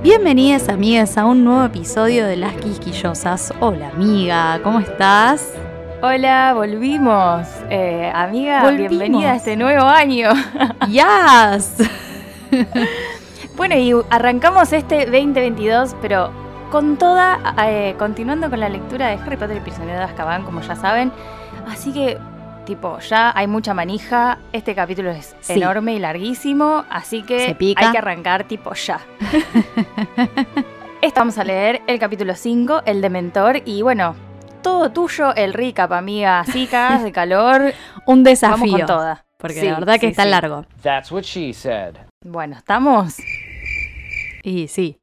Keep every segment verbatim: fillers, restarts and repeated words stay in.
Bienvenidas amigas a un nuevo episodio de Las Quisquillosas. Hola amiga, ¿cómo estás? Hola, volvimos. Eh, amiga, Volvimos. Bienvenida a este nuevo año. ¡Yes! Bueno, y arrancamos este veinte veintidós, pero con toda, eh, continuando con la lectura de Harry Potter y el prisionero de Azkaban, como ya saben. Así que, tipo, ya hay mucha manija. Este capítulo es Sí. enorme y larguísimo, así que Se pica. hay que arrancar, tipo, ya. Esto vamos a leer el capítulo cinco, el Dementor, y bueno, todo tuyo, el recap, amiga. Así cagas de calor. Un desafío. Vamos con toda. Porque Sí, la verdad que sí, está sí. largo. That's what she said. Bueno, ¿estamos? Y sí.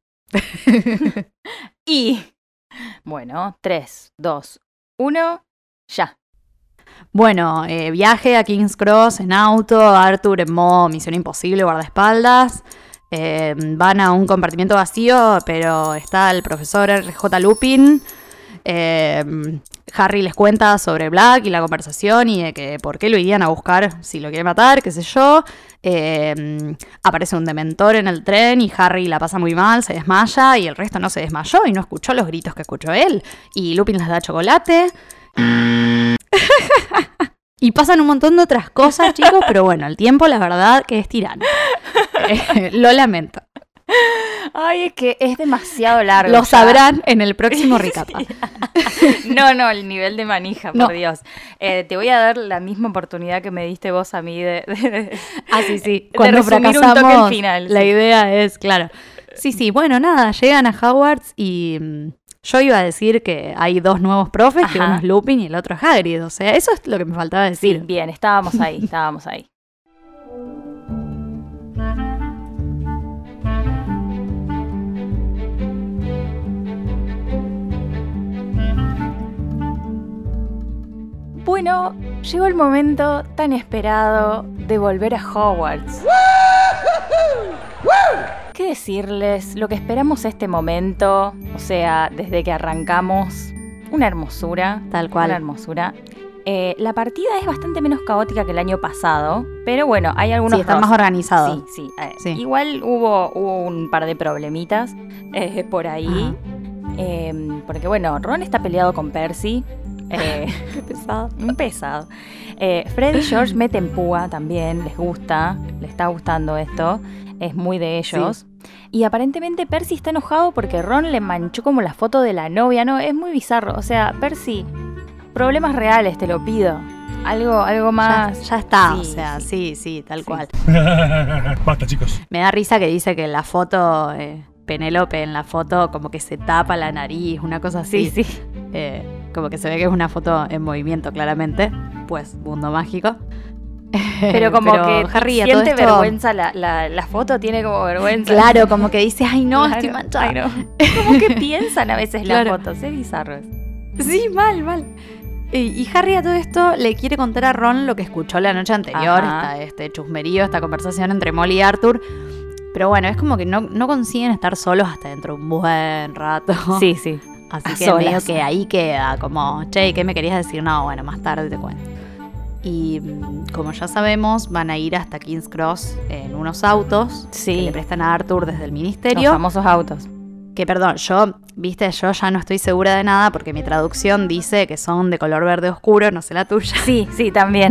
Y... Bueno, tres, dos, uno, ya. Bueno, eh, viaje a King's Cross en auto, Arthur en modo Misión Imposible, guardaespaldas. Eh, van a un compartimiento vacío, pero está el profesor R J Lupin. Eh, Harry les cuenta sobre Black y la conversación y de que por qué lo irían a buscar si lo quiere matar, qué sé yo. Eh, aparece un dementor en el tren y Harry la pasa muy mal, se desmaya y el resto no se desmayó y no escuchó los gritos que escuchó él. Y Lupin les da chocolate. Y pasan un montón de otras cosas, chicos, pero bueno, el tiempo la verdad que es tirano. Eh, lo lamento. Ay, es que es demasiado largo. Lo ya. sabrán en el próximo recap. No, no, el nivel de manija, No. por Dios. Eh, te voy a dar la misma oportunidad que me diste vos a mí de... de- Ah, sí, sí. de Cuando resumir un fracasamos, toque al final, la sí. idea es, claro. Sí, sí, bueno, nada, llegan a Hogwarts y mm, yo iba a decir que hay dos nuevos profes, que Ajá. uno es Lupin y el otro es Hagrid. O sea, eso es lo que me faltaba Sí, decir. bien, estábamos ahí, estábamos ahí. Bueno, llegó el momento tan esperado de volver a Hogwarts. ¿Qué decirles? Lo que esperamos este momento, o sea, desde que arrancamos, una hermosura. Tal cual. Una hermosura. Eh, la partida es bastante menos caótica que el año pasado, pero bueno, hay algunos... Sí, están roces. más organizados. Sí, sí, eh, Sí. Igual hubo, hubo un par de problemitas eh, por ahí. Eh, porque bueno, Ron está peleado con Percy. Eh, Qué pesado. un pesado. Eh, Fred y George meten púa también, les gusta, les está gustando esto. Es muy de ellos. Y aparentemente Percy está enojado porque Ron le manchó como la foto de la novia. No, es muy bizarro. O sea, Percy, problemas reales, te lo pido. Algo, algo Ya, más. ya está, Sí, o sea, sí, sí, tal Sí. cual. Basta, chicos. Me da risa que dice que en la foto, eh, Penélope en la foto como que se tapa la nariz, una cosa así. Sí, sí. Eh, como que se ve que es una foto en movimiento, claramente. Pues, mundo mágico. Pero como que Harry, a todo siente esto- vergüenza, la, la, la foto tiene como vergüenza. Claro, como que dice, ay no, Claro, estoy manchada. ay, no. Como que piensan a veces Claro. las fotos, es bizarro eso. Sí, mal, mal. Y, y Harry a todo esto le quiere contar a Ron lo que escuchó la noche anterior, Ajá. esta, este chusmerío, esta conversación entre Molly y Arthur. Pero bueno, es como que no, no consiguen estar solos hasta dentro de un buen rato. Sí, sí. Así a que solas. medio que ahí queda, como, che, ¿qué me querías decir? No, bueno, más tarde te cuento. Y mm, como ya sabemos, van a ir hasta King's Cross en unos autos Sí. que le prestan a Arthur desde el Los ministerio. famosos autos. Que perdón, yo, viste, yo ya no estoy segura de nada porque mi traducción dice que son de color verde oscuro, no sé la tuya. Sí, sí, también.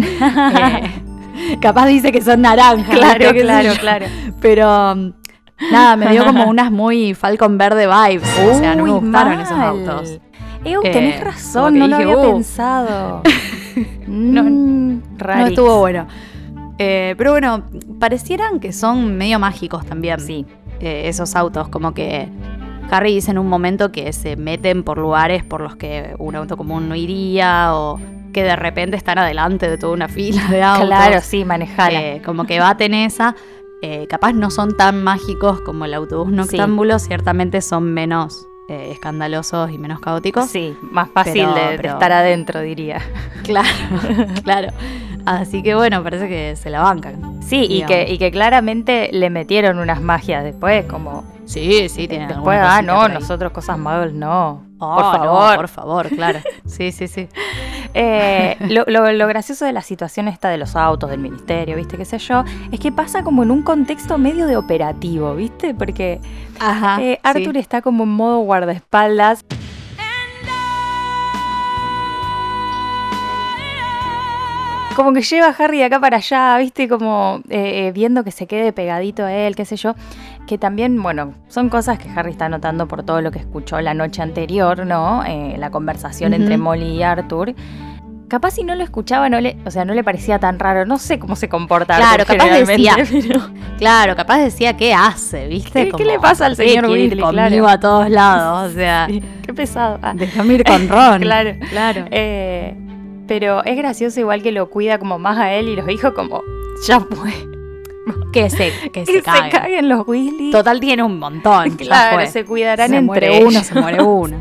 Eh, capaz dice que son naranjas. claro, ¿viste? ¿Qué sé claro, yo? claro. Pero mm, nada, me dio como unas muy Falcon verde vibes. o sea, no me Uy, gustaron mal. esos autos. Ew, Eh, tenés como razón, que no lo dije, había uh. pensado. No, Mm, No rarix. estuvo bueno. Eh, pero bueno, parecieran que son medio mágicos también. Sí. eh, esos autos, como que Harry dice en un momento que se meten por lugares por los que un auto común no iría o que de repente están adelante de toda una fila de autos. Claro, sí, manejala. Eh, como que baten esa. Eh, capaz no son tan mágicos como el autobús noctámbulo, ciertamente son menos eh, escandalosos y menos caóticos. Sí, más fácil Pero- de, de pero- estar adentro, diría. Claro, claro. Así que bueno, parece que se la bancan. Sí, y digamos. que, y que claramente le metieron unas magias después, como... Sí, sí, tienen Después, alguna ah, cosita no, por ahí. nosotros cosas muggles no. Oh, por favor. No, por favor, claro. Sí, sí, sí. Eh, lo, lo, lo gracioso de la situación esta de los autos, del ministerio, ¿viste? Qué sé yo, es que pasa como en un contexto medio de operativo, ¿viste? Porque Ajá, eh, Arthur sí. está como en modo guardaespaldas. Como que lleva a Harry de acá para allá, ¿viste? Como eh, viendo que se quede pegadito a él, qué sé yo. Que también, bueno, son cosas que Harry está notando por todo lo que escuchó la noche anterior, ¿no? Eh, la conversación Uh-huh. entre Molly y Arthur. Capaz si no lo escuchaba, no le, o sea, no le parecía tan raro. No sé cómo se comporta Claro, Arthur capaz decía, generalmente, pero... Claro, capaz decía, ¿qué hace? ¿Viste? ¿Qué- Como, qué le pasa al ¿qué señor quiere ir Weasley? conmigo Claro. a todos lados, o sea, Sí, qué pesado. Ah. déjame ir con Ron. Claro. claro. Eh, pero es gracioso igual que lo cuida como más a él y los hijos como, ya fue. Que se, que Que se se caguen. caguen los Weasley. Total tiene un montón. ya Claro, fue. se cuidarán se entre muere ellos. uno, se muere uno.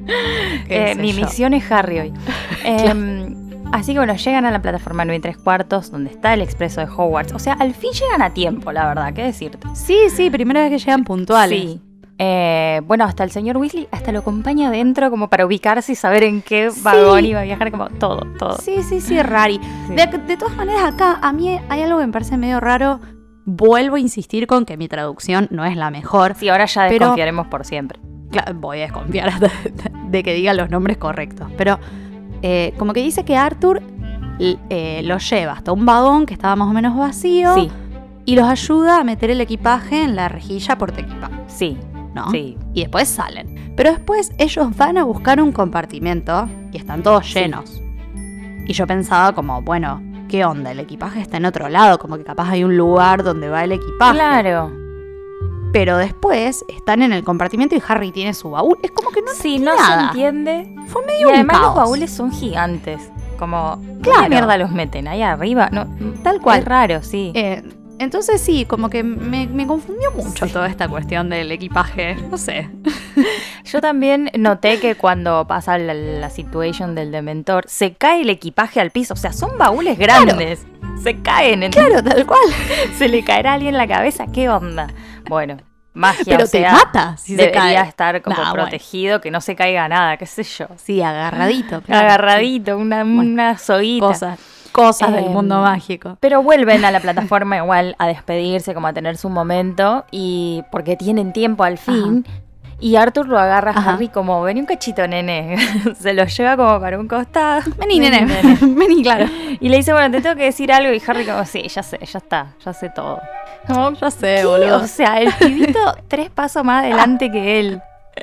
Qué Eh, sé mi yo. misión es Harry hoy. Eh, así que bueno, llegan a la plataforma nueve y tres cuartos, donde está el expreso de Hogwarts. O sea, al fin llegan a tiempo, la verdad, ¿qué decirte? Sí, sí, primera vez que llegan puntuales. Sí. Eh, bueno, hasta el señor Weasley hasta lo acompaña adentro como para ubicarse y saber en qué Sí. vagón iba a viajar, como todo, todo. Sí, sí, sí, rari. Sí. De, de todas maneras, acá a mí hay algo que me parece medio raro. Vuelvo a insistir con que mi traducción no es la mejor. Sí, ahora ya Pero- desconfiaremos por siempre. Claro, voy a desconfiar hasta de que diga los nombres correctos. Pero eh, como que dice que Arthur l- eh, los lleva hasta un vagón que estaba más o menos vacío Sí, y los ayuda a meter el equipaje en la rejilla portaequipaje, sí, ¿no? sí. Y después salen. Pero después ellos van a buscar un compartimento y están todos llenos. Y yo pensaba como, bueno, ¿qué onda? El equipaje está en otro lado, como que capaz hay un lugar donde va el equipaje. Claro. Pero después están en el compartimento y Harry tiene su baúl. Es como que no Sí, entiende no se nada. entiende. Fue Y medio un además los caos. baúles son gigantes. Como, Claro. ¿qué mierda los meten? Ahí arriba. No, Tal cual. Es raro, sí. Eh, entonces sí, como que me, me confundió mucho Sí. toda esta cuestión del equipaje. No sé. Yo también noté que cuando pasa la, la situation del dementor, se cae el equipaje al piso. O sea, son baúles grandes. Se caen. En... Claro, tal cual. Se le caerá a alguien en la cabeza. ¿Qué onda? Bueno, magia. Pero o sea, te mata si se debería cae. estar como Nah, bueno. protegido, que no se caiga nada, qué sé yo. Sí, agarradito. claro. Agarradito, una, Bueno, una soguita. Cosas, cosas del Em, mundo mágico. Pero vuelven a la plataforma igual a despedirse, como a tener su momento, y porque tienen tiempo al fin. Y Arthur lo agarra a Ajá. Harry como, vení un cachito, nene. Se lo lleva como para un costado. Vení, nene. Vení, claro. Y le dice, bueno, te tengo que decir algo. Y Harry como, sí, ya sé, ya está, ya sé todo. Como, Ya sé, ¿qué? boludo. O sea, el pibito tres pasos más adelante que él.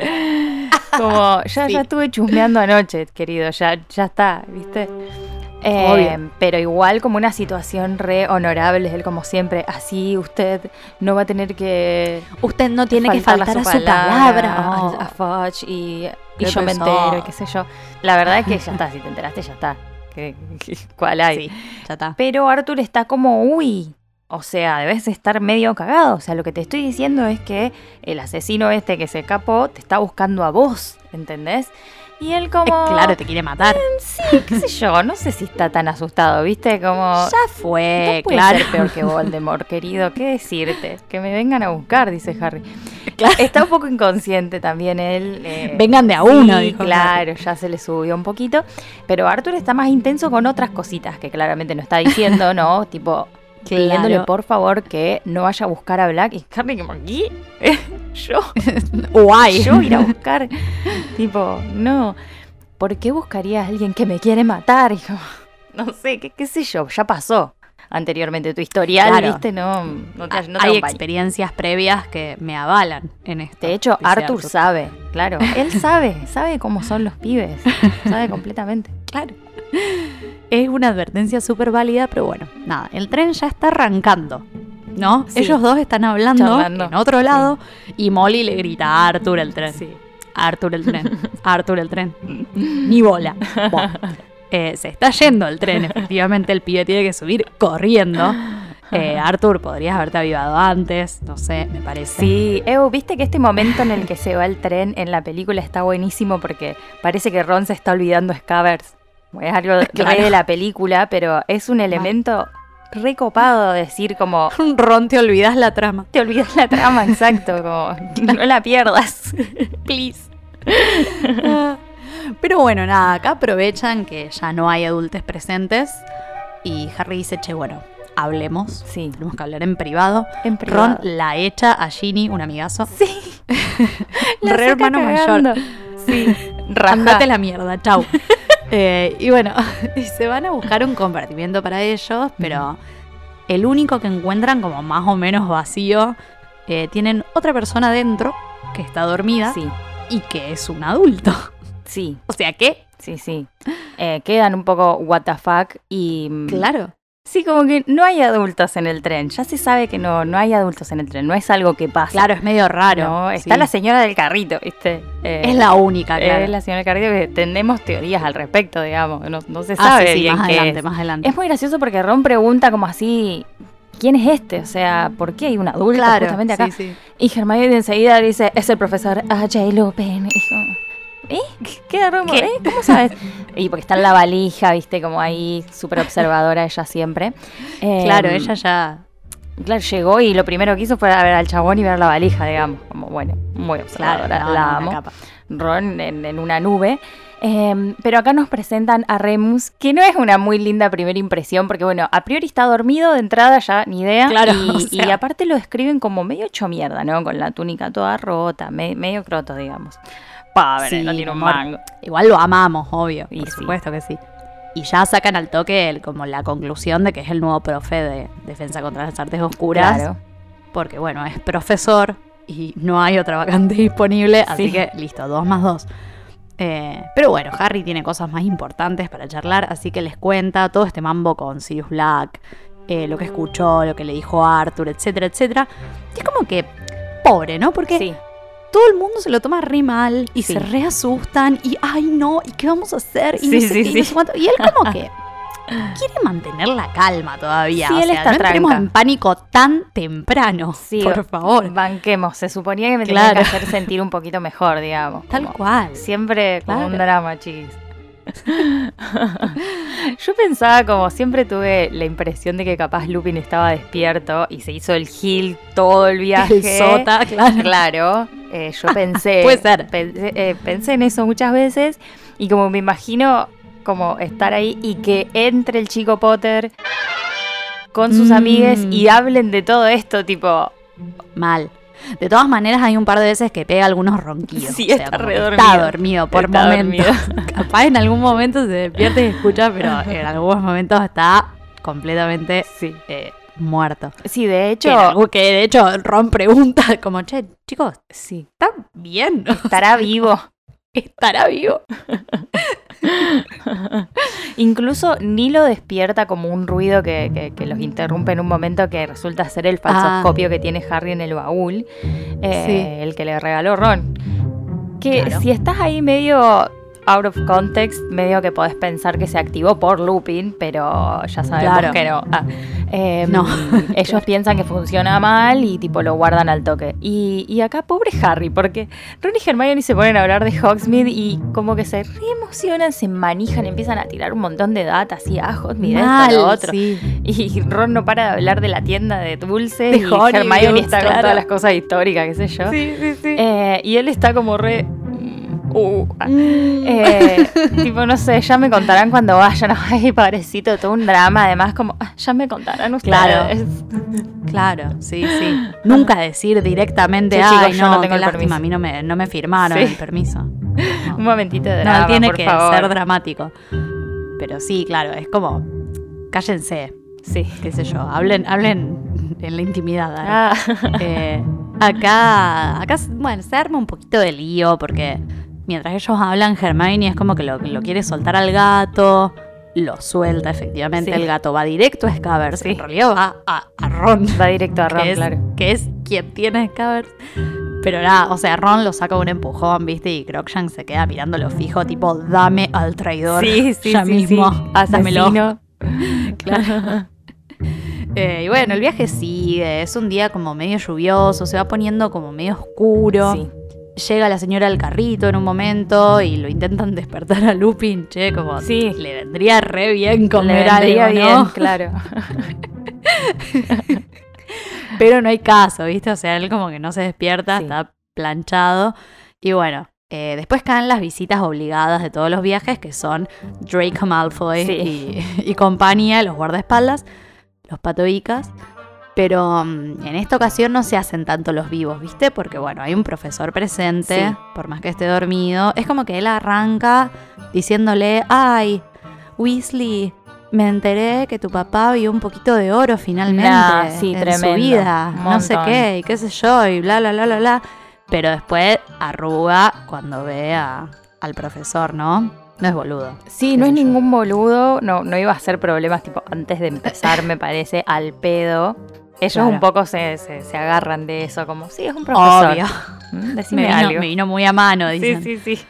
Como, ya, Sí. ya estuve chusmeando anoche, querido, ya, ya está, ¿viste? Eh, Obvio. pero igual como una situación re honorable, él como siempre, así usted no va a tener que Usted no tiene que faltar a su palabra. a- Oh. a Fudge y, y Qué yo me pesado. entero y qué sé yo. La verdad es que ya está, si te enteraste ya está. ¿Qué- qué- ¿Cuál hay? Sí, ya está. Pero Arthur está como, uy, o sea, debes estar medio cagado. O sea, lo que te estoy diciendo es que el asesino este que se escapó te está buscando a vos, ¿entendés? Y él como, Eh, claro, te quiere matar. sí, qué sé yo, no sé si está tan asustado, ¿viste? Como, Ya fue, no puede claro. ser peor que Voldemort, querido. ¿Qué decirte? Que me vengan a buscar, dice Harry. Está un poco inconsciente también él. eh, Vengan de a sí, uno, dijo claro, ya se le subió un poquito. Pero Arthur está más intenso con otras cositas que claramente no está diciendo, ¿no? Tipo, pidiéndole Claro. por favor que no vaya a buscar a Black. Y Harry como, ¿qué? ¿Yo? Guay. ¿Yo ir a buscar? Tipo, no. ¿Por qué buscaría a alguien que me quiere matar? Y como, no sé, qué, qué sé yo, ya pasó anteriormente tu historial, Claro. ¿viste? No, no te, no te Hay acompaña. experiencias previas que me avalan en esto. De hecho, dice Arthur sabe, claro. Él sabe, sabe cómo son los pibes. Sabe completamente. Claro. Es una advertencia súper válida, pero bueno, nada, el tren ya está arrancando, ¿no? Sí. Ellos dos están hablando Charlando. en otro lado y Molly le grita a Arthur el tren. Sí. Arthur el tren, Arthur el tren. Ni bola. Bueno, eh, se está yendo el tren, efectivamente el pibe tiene que subir corriendo. Eh, Arthur, podrías haberte avivado antes, no sé, me parece. Sí, Ew, viste que este momento en el que se va el tren en la película está buenísimo porque parece que Ron se está olvidando Scabbers. Es algo Claro. re de la película, pero es un elemento recopado decir como, Ron, te olvidas la trama. te olvidas la trama, exacto, como, no la pierdas, please. Pero bueno, nada, acá aprovechan que ya no hay adultos presentes y Harry dice, che, bueno, hablemos. Sí. Tenemos que hablar en privado. En privado. Ron la echa a Ginny, un amigazo. Sí. La Re saca hermano cagando. mayor. Sí. Raja. Andate la mierda, chau. eh, y bueno, y se van a buscar un compartimiento para ellos, pero el único que encuentran como más o menos vacío, eh, tienen otra persona dentro que está dormida Sí. y que es un adulto. Sí. O sea que, Sí, sí. Eh, quedan un poco what the fuck y... mm, claro, Sí, como que no hay adultos en el tren. Ya se sabe que no, no hay adultos en el tren. No es algo que pasa. claro, es medio raro. No, está sí. la señora del carrito, ¿viste? Eh, Es la única, claro. Es la señora del carrito que tenemos teorías al respecto, digamos. No, no se Ah, sabe sí, sí, bien más qué adelante, es. más adelante. Es muy gracioso porque Ron pregunta como así... ¿Quién es este? O sea, ¿por qué hay un adulto Claro, justamente acá? sí, sí. Y Hermione enseguida dice, es el profesor A J. Lupin. Y yo, ¿eh? Queda como, ¿Qué? ¿eh? ¿Cómo sabes? Y porque está en la valija, viste, como ahí, súper observadora ella siempre. Eh, Claro, ella ya... Claro, llegó y lo primero que hizo fue ver al chabón y ver la valija, digamos. Como, bueno, muy Claro, observadora, no, no, la una amo. capa. Ron en, en una nube. Eh, pero acá nos presentan a Remus, que no es una muy linda primera impresión, porque bueno, a priori está dormido de entrada, ya ni idea. Claro, Y, o sea. y aparte lo describen como medio hecho mierda, ¿no? Con la túnica toda rota, me- medio croto, digamos. Pobre, Sí, no tiene un amor. mango. Igual lo amamos, obvio. Y por sí. supuesto que sí. Y ya sacan al toque el- como la conclusión de que es el nuevo profe de Defensa contra las Artes Oscuras. Claro. Porque, bueno, es profesor y no hay otra vacante disponible. Así Sí. que, listo, dos más dos. Eh, pero bueno, Harry tiene cosas más importantes para charlar. Así que les cuenta todo este mambo con Sirius Black. eh, lo que escuchó, lo que le dijo Arthur, etcétera, etcétera. Y es como que... Pobre, ¿no? Porque Sí. todo el mundo se lo toma re mal y Sí. se reasustan y ay no, ¿y qué vamos a hacer? Y Sí, no sé sí, qué, y no sí. sé cuánto. Y él como que quiere mantener la calma todavía. Sí, o él sea, está no entremos tranca. en pánico tan temprano. Sí, por favor. Banquemos, se suponía que me tenía Claro. que hacer sentir un poquito mejor, digamos. Tal como- cual. Siempre como Claro. un drama, chiquis. Yo pensaba, como siempre tuve la impresión de que capaz Lupin estaba despierto y se hizo el gil todo el viaje. El sota, claro. Claro, eh, yo pensé, Puede ser. Pensé, eh, pensé en eso muchas veces y como me imagino como estar ahí y que entre el chico Potter con sus Mm. amigues y hablen de todo esto, tipo... Mal. De todas maneras, hay un par de veces que pega algunos ronquidos. Sí, o sea, está como re que dormido. Está dormido por Está momentos. dormido. Capaz en algún momento se despierta y escucha, pero en algunos momentos está completamente Sí. eh, muerto. Sí, de hecho... Que, algo que de hecho Ron pregunta como, che, chicos, Sí. ¿está bien? Estará vivo. ¿Estará vivo? Incluso ni lo despierta como un ruido que, que- que los interrumpe en un momento que resulta ser el falsoscopio que tiene Harry en el baúl, eh, Sí. el que le regaló Ron. Que Claro. si estás ahí medio out of context, medio que podés pensar que se activó por Lupin, pero ya sabemos Claro. que no. Ah, em, No. Ellos piensan que funciona mal y tipo lo guardan al toque. Y, y acá pobre Harry, porque Ron y Hermione se ponen a hablar de Hogsmeade y como que se re emocionan, se manijan, empiezan a tirar un montón de data así, ah, Hogsmeade, esto, Mal, lo otro. sí. Y Ron no para de hablar de la tienda de dulces De y Hollywoods, Hermione está con claro. todas las cosas históricas, qué sé yo. Sí, sí, sí. Eh, y él está como re... Uh, ah. Mm. Eh, tipo, no sé, ya me contarán cuando vayan. Ay, pobrecito, todo un drama. Además, como, ah, ya me contarán ustedes. Claro. Claro, sí, sí. Nunca decir directamente, Sí, chicos, ay, yo no, no tengo qué el lástima, permiso". a mí no me, no me firmaron Sí. el permiso. No. Un momentito de No, drama, él tiene por que favor. ser dramático. Pero sí, claro, es como, cállense, Sí. qué sé yo, hablen, hablen en la intimidad. Dara. Ah. Eh, acá, acá, bueno, se arma un poquito de lío porque mientras ellos hablan, Hermione es como que lo, lo quiere soltar al gato, lo suelta efectivamente, Sí. el gato va directo a Scabbers, Sí. en realidad va a, a Ron, Va directo a Ron, que, es, claro. que es quien tiene Scabbers. Pero nada, o sea, Ron lo saca un empujón, ¿viste? Y Crookshank se queda mirándolo fijo, tipo, dame al traidor Sí, sí, ya sí, mismo, sí. dámelo. Asesino. Claro. Eh, y bueno, el viaje sigue, es un día como medio lluvioso, se va poniendo como medio oscuro. Sí. Llega la señora al carrito en un momento y lo intentan despertar a Lupin, che, como Sí. le vendría re bien Le comer vendría algo, bien, ¿no? claro. Pero no hay caso, ¿viste? O sea, él como que no se despierta, Sí. está planchado. Y bueno, Eh, después caen las visitas obligadas de todos los viajes, que son Draco Malfoy sí. y, y compañía, los guardaespaldas, los patobicas. Pero um, en esta ocasión no se hacen tanto los vivos, ¿viste? Porque, bueno, hay un profesor presente, sí. por más que esté dormido. Es como que él arranca diciéndole, ay, Weasley, me enteré que tu papá vio un poquito de oro finalmente nah, sí, en tremendo. su vida. No sé qué, y qué sé yo, y bla, bla, bla, bla, bla. Pero después arruga cuando ve a, al profesor, ¿no? No es boludo. Sí, no es yo. ningún boludo. No, no iba a ser problemas tipo antes de empezar, me parece, al pedo. Ellos claro. un poco se, se, se agarran de eso, como, sí, es un profesor. Obvio. ¿Mm? Decime me, vino, algo. me vino muy a mano, dicen. Sí, sí, sí.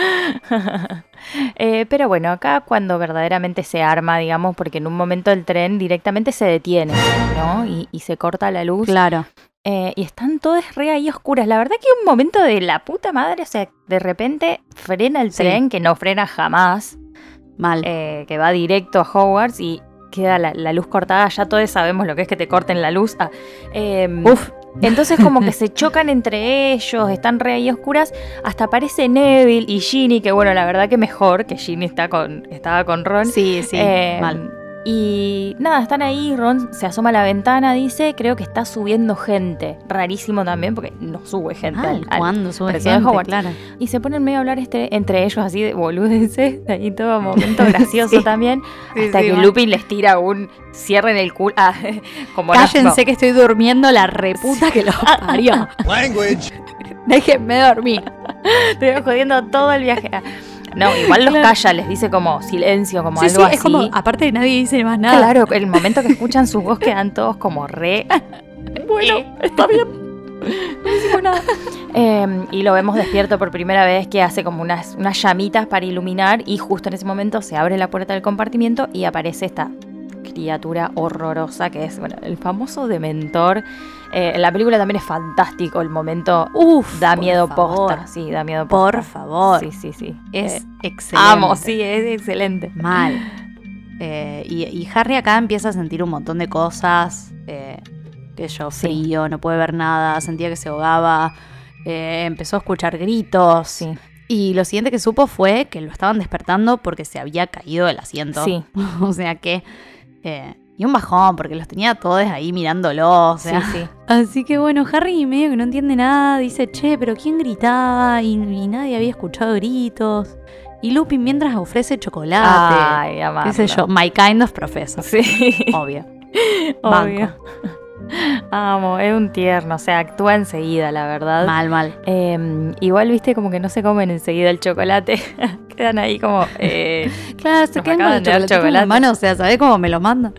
eh, pero bueno, acá cuando verdaderamente se arma, digamos, porque en un momento el tren directamente se detiene, ¿no? Y, y se corta la luz. Claro. Eh, y están todas re ahí oscuras. La verdad que un momento de la puta madre, o sea, de repente frena el sí. tren, que no frena jamás. Mal. Eh, que va directo a Hogwarts y queda la, la luz cortada. Ya todos sabemos lo que es que te corten la luz. Ah, eh, Uf. Entonces como que se chocan entre ellos, están re ahí oscuras. Hasta aparece Neville y Ginny, que bueno, la verdad que mejor, que Ginny está con, estaba con Ron. Sí, sí, eh, mal. Y nada, están ahí, Ron se asoma a la ventana, dice, creo que está subiendo gente. Rarísimo también, porque no sube gente. Ah, al, al ¿cuándo sube gente? Hogwarts? Claro. Y se ponen medio a hablar este, entre ellos así de boludeces, ahí todo momento gracioso sí. también. Sí, hasta sí, que man. Lupin les tira un cierre en el culo. Ah, como Cállense no, que estoy durmiendo, la reputa que los parió. Language. Déjenme dormir. Estoy jodiendo todo el viaje. No, igual los calla, les dice como silencio, como sí, algo sí, así. Es como, aparte nadie dice más nada. Claro, el momento que escuchan su voz quedan todos como re... Bueno, eh, está bien. No decimos nada. Eh, y lo vemos despierto por primera vez, que hace como unas, unas llamitas para iluminar, y justo en ese momento se abre la puerta del compartimiento y aparece esta criatura horrorosa que es, bueno, el famoso Dementor. Eh, en la película también es fantástico el momento. Uf, da miedo favor. posta. Sí, da miedo posta. Por favor. Sí, sí, sí. Es eh, excelente. Amo, sí, es excelente. Mal. Eh, y, y Harry acá empieza a sentir un montón de cosas. Eh, que yo, frío, sí. no puede ver nada. Sentía que se ahogaba. Eh, empezó a escuchar gritos. Sí. Y lo siguiente que supo fue que lo estaban despertando porque se había caído del asiento. Sí. O sea que... Eh, y un bajón, porque los tenía todos ahí mirándolo, o sea. Sí, sí. Así que bueno, Harry medio que no entiende nada, dice, che, pero ¿quién gritaba? Y, y nadie había escuchado gritos. Y Lupin mientras ofrece chocolate. Ay, amarlo. Qué sé yo, my kind of professor. Sí. Obvio. Obvio. Amo, es un tierno, o sea, actúa enseguida, la verdad. Mal, mal. Eh, igual, viste, como que no se comen enseguida el chocolate. Quedan ahí como... Eh, claro, se quedan con el chocolate, chocolate en la mano, o sea, ¿sabés cómo me lo manda?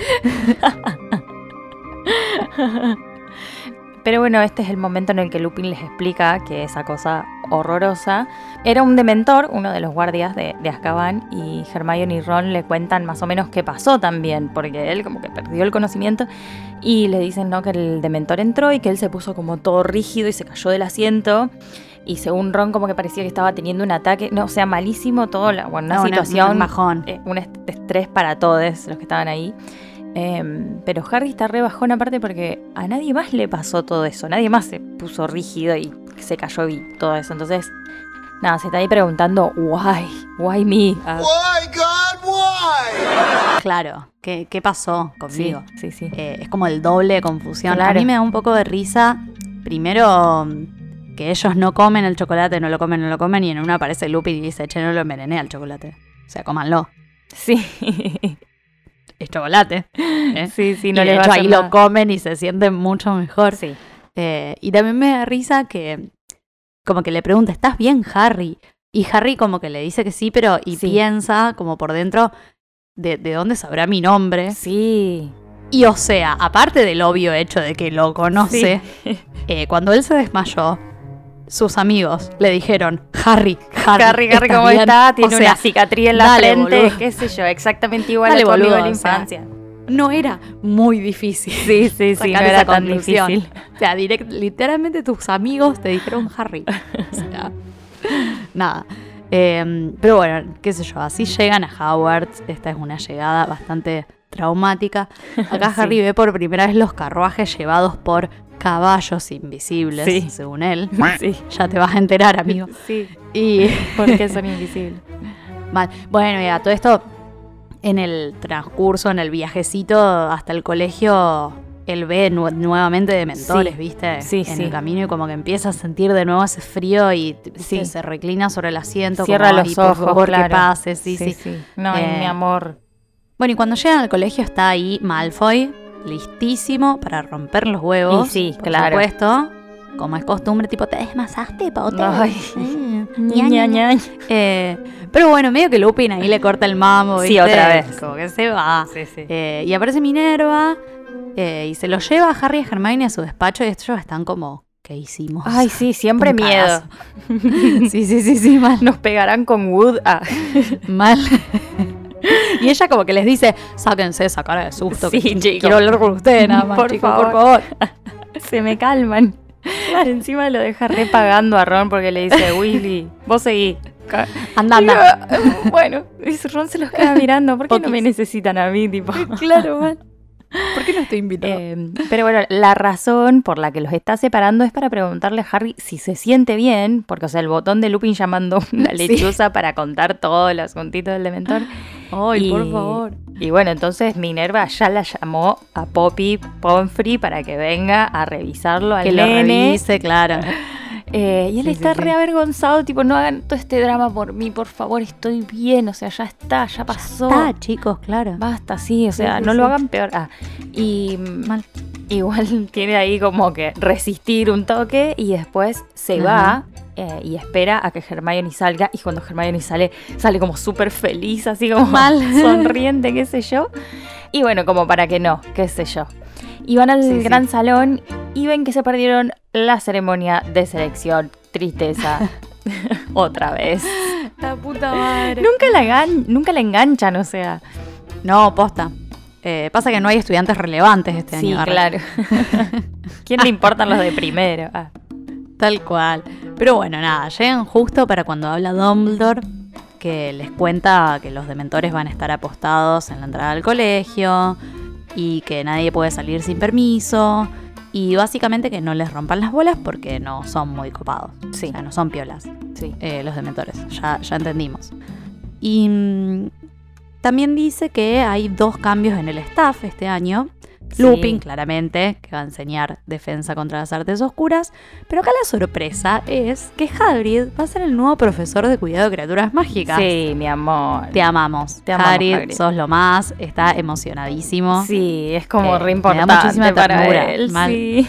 Pero bueno, este es el momento en el que Lupin les explica que esa cosa horrorosa era un dementor, uno de los guardias de, de Azkaban, y Hermione y Ron le cuentan más o menos qué pasó también, porque él como que perdió el conocimiento, y le dicen no que el dementor entró y que él se puso como todo rígido y se cayó del asiento, y según Ron como que parecía que estaba teniendo un ataque, no, o sea, malísimo todo, la, bueno, una no, situación, un bajón, eh, un estrés para todos los que estaban ahí. Eh, pero Harry está re bajón aparte porque a nadie más le pasó todo eso. Nadie más se puso rígido y se cayó y todo eso. Entonces, nada, se está ahí preguntando, why, why me? Uh, why, God, why? Claro, ¿qué, qué pasó conmigo? Sí, sí, sí. Eh, es como el doble de confusión. Claro. A mí me da un poco de risa. Primero, que ellos no comen el chocolate, no lo comen, no lo comen. Y en una aparece Lupin y dice, che, no lo envenené al chocolate. O sea, cómanlo. Sí. Es chocolate. ¿eh? Sí, sí, no y les de va hecho a ahí hacer lo nada. comen y se sienten mucho mejor. Sí. Eh, y también me da risa que como que le pregunta, ¿estás bien, Harry? Y Harry como que le dice que sí, pero y Sí. piensa como por dentro de, de dónde sabrá mi nombre. Sí. Y o sea, aparte del obvio hecho de que lo conoce, Sí. eh, cuando él se desmayó, sus amigos le dijeron, Harry, Harry, Harry, Harry, ¿estás ¿cómo bien? está? Tiene O sea, una cicatriz en la dale, frente, boludo. qué sé yo, exactamente igual Dale, a tu amigo boludo, de la o sea, infancia. no era muy difícil. Sí, sí, sí, sacar no esa era tan conclusión. difícil. O sea, direct, literalmente tus amigos te dijeron Harry. O sea, nada. Eh, pero bueno, qué sé yo, así llegan a Hogwarts. Esta es una llegada bastante traumática. Acá Sí. Harry ve por primera vez los carruajes llevados por caballos invisibles, Sí. según él. Sí. Ya te vas a enterar, amigo. Sí, Y porque son invisibles. mal. Bueno, y a todo esto, en el transcurso, en el viajecito hasta el colegio, él ve nu- nuevamente dementores, Sí. ¿viste? Sí, en sí. el camino y como que empieza a sentir de nuevo ese frío y ¿viste? Sí. se reclina sobre el asiento. Cierra como, los "Ay, por ojos, favor, claro. que pase", sí, sí. No, ay, Eh, mi amor. Bueno, y cuando llegan al colegio está ahí Malfoy, listísimo para romper los huevos. Y sí, por claro. supuesto. Como es costumbre, tipo, ¿te desmasaste, Potter? Ay. Eh, Ña, ña, ña, ña. ña. Eh, pero bueno, medio que Lupin ahí le corta el mambo, Sí, ¿viste? otra vez. Como que se va. Sí, sí. Eh, y aparece Minerva eh, y se lo lleva a Harry y a Hermione a su despacho y ellos están como, ¿qué hicimos? Ay, sí, siempre Un miedo. sí, sí, sí, sí, mal. Nos pegarán con Wood. Ah. Mal. Y ella como que les dice, sáquense esa cara de susto, Sí, que chicos. quiero hablar con ustedes nada más, Por chicos, favor. por favor. Se me calman. Encima lo deja repagando a Ron porque le dice, Willy, vos seguí. Ca- Anda, anda. Digo, bueno, y Ron se los queda mirando. ¿Por qué no Poquis. me necesitan a mí? Tipo. Claro, mal. ¿Por qué no estoy invitado? Eh, pero bueno, la razón por la que los está separando es para preguntarle a Harry si se siente bien, porque o sea, el botón de Lupin llamando una Sí. lechuza para contar todo el asuntito del Dementor. Ay, y- por favor. Y bueno, entonces Minerva ya la llamó a Poppy Pomfrey para que venga a revisarlo al Que lo nene. revise, claro. Eh, y él Sí, está sí, sí. re avergonzado, tipo, no hagan todo este drama por mí, por favor, estoy bien, o sea, ya está, ya pasó. Está, chicos, claro. Basta, sí, o sea, sí, no sí. lo hagan peor. Ah, y mm, Mal. igual tiene ahí como que resistir un toque y después se Ajá. va eh, y espera a que Hermione salga. Y cuando Hermione sale, sale como súper feliz, así como Mal. sonriente, qué sé yo. Y bueno, como para que no, qué sé yo. Y van al Sí, sí. gran salón y ven que se perdieron la ceremonia de selección. Tristeza. Otra vez. La puta madre. Nunca la, gan- nunca la enganchan, o sea. No, posta. Eh, pasa que no hay estudiantes relevantes este Sí, año. Arre. claro. ¿Quién le importan los de primero? Ah. Tal cual. Pero bueno, nada, llegan justo para cuando habla Dumbledore, que les cuenta que los dementores van a estar apostados en la entrada del colegio y que nadie puede salir sin permiso y básicamente que no les rompan las bolas porque no son muy copados. Sí. O sea, no son piolas Sí. eh, los dementores, ya, ya entendimos. Y mm, también dice que hay dos cambios en el staff este año. Sí. Lupin, claramente, que va a enseñar defensa contra las artes oscuras. Pero acá la sorpresa es que Hagrid va a ser el nuevo profesor de cuidado de criaturas mágicas. Sí, mi amor. Te amamos. Te amamos, Hagrid, Hagrid. sos lo más. Está emocionadísimo. Sí, es como Eh, re me da importante muchísima para ternura. él. Mal. Sí.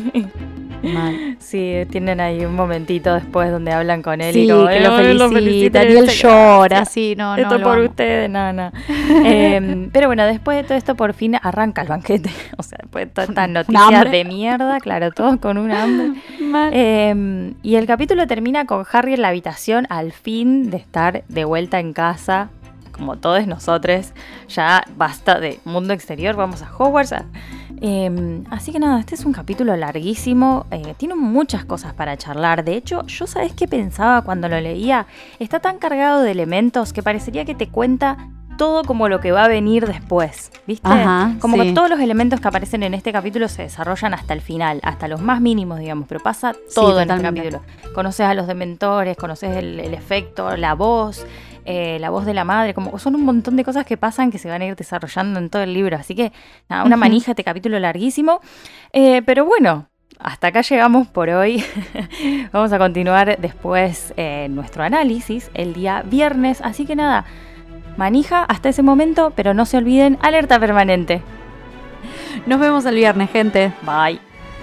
Mal. Sí, tienen ahí un momentito después donde hablan con él Sí, y como, que lo "Ay, felicitan y felicito, él llora. gracias. Sí, no, no. Esto lo por amo. ustedes, nana. Eh, pero bueno, después de todo esto, por fin arranca el banquete. O sea, después de todas estas noticias hambre. de mierda, claro, todos con un hambre. Mal. Eh, y el capítulo termina con Harry en la habitación, al fin de estar de vuelta en casa, como todos nosotros. Ya basta de mundo exterior, vamos a Hogwarts. Eh, así que nada, este es un capítulo larguísimo, eh, tiene muchas cosas para charlar. De hecho, yo sabes qué pensaba cuando lo leía, está tan cargado de elementos que parecería que te cuenta todo como lo que va a venir después, ¿viste? Ajá, como sí. que todos los elementos que aparecen en este capítulo se desarrollan hasta el final, hasta los más mínimos, digamos, pero pasa todo en este totalmente. capítulo. Conoces a los dementores, conoces el, el efecto, la voz, eh, la voz de la madre, como son un montón de cosas que pasan que se van a ir desarrollando en todo el libro. Así que, nada, una Ujú. manija este capítulo larguísimo. Eh, pero bueno, hasta acá llegamos por hoy. Vamos a continuar después eh, nuestro análisis el día viernes. Así que nada, manija hasta ese momento, pero no se olviden, alerta permanente. Nos vemos el viernes, gente. Bye.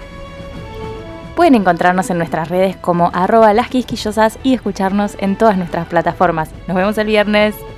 Pueden encontrarnos en nuestras redes como arroba las quisquillosas y escucharnos en todas nuestras plataformas. Nos vemos el viernes.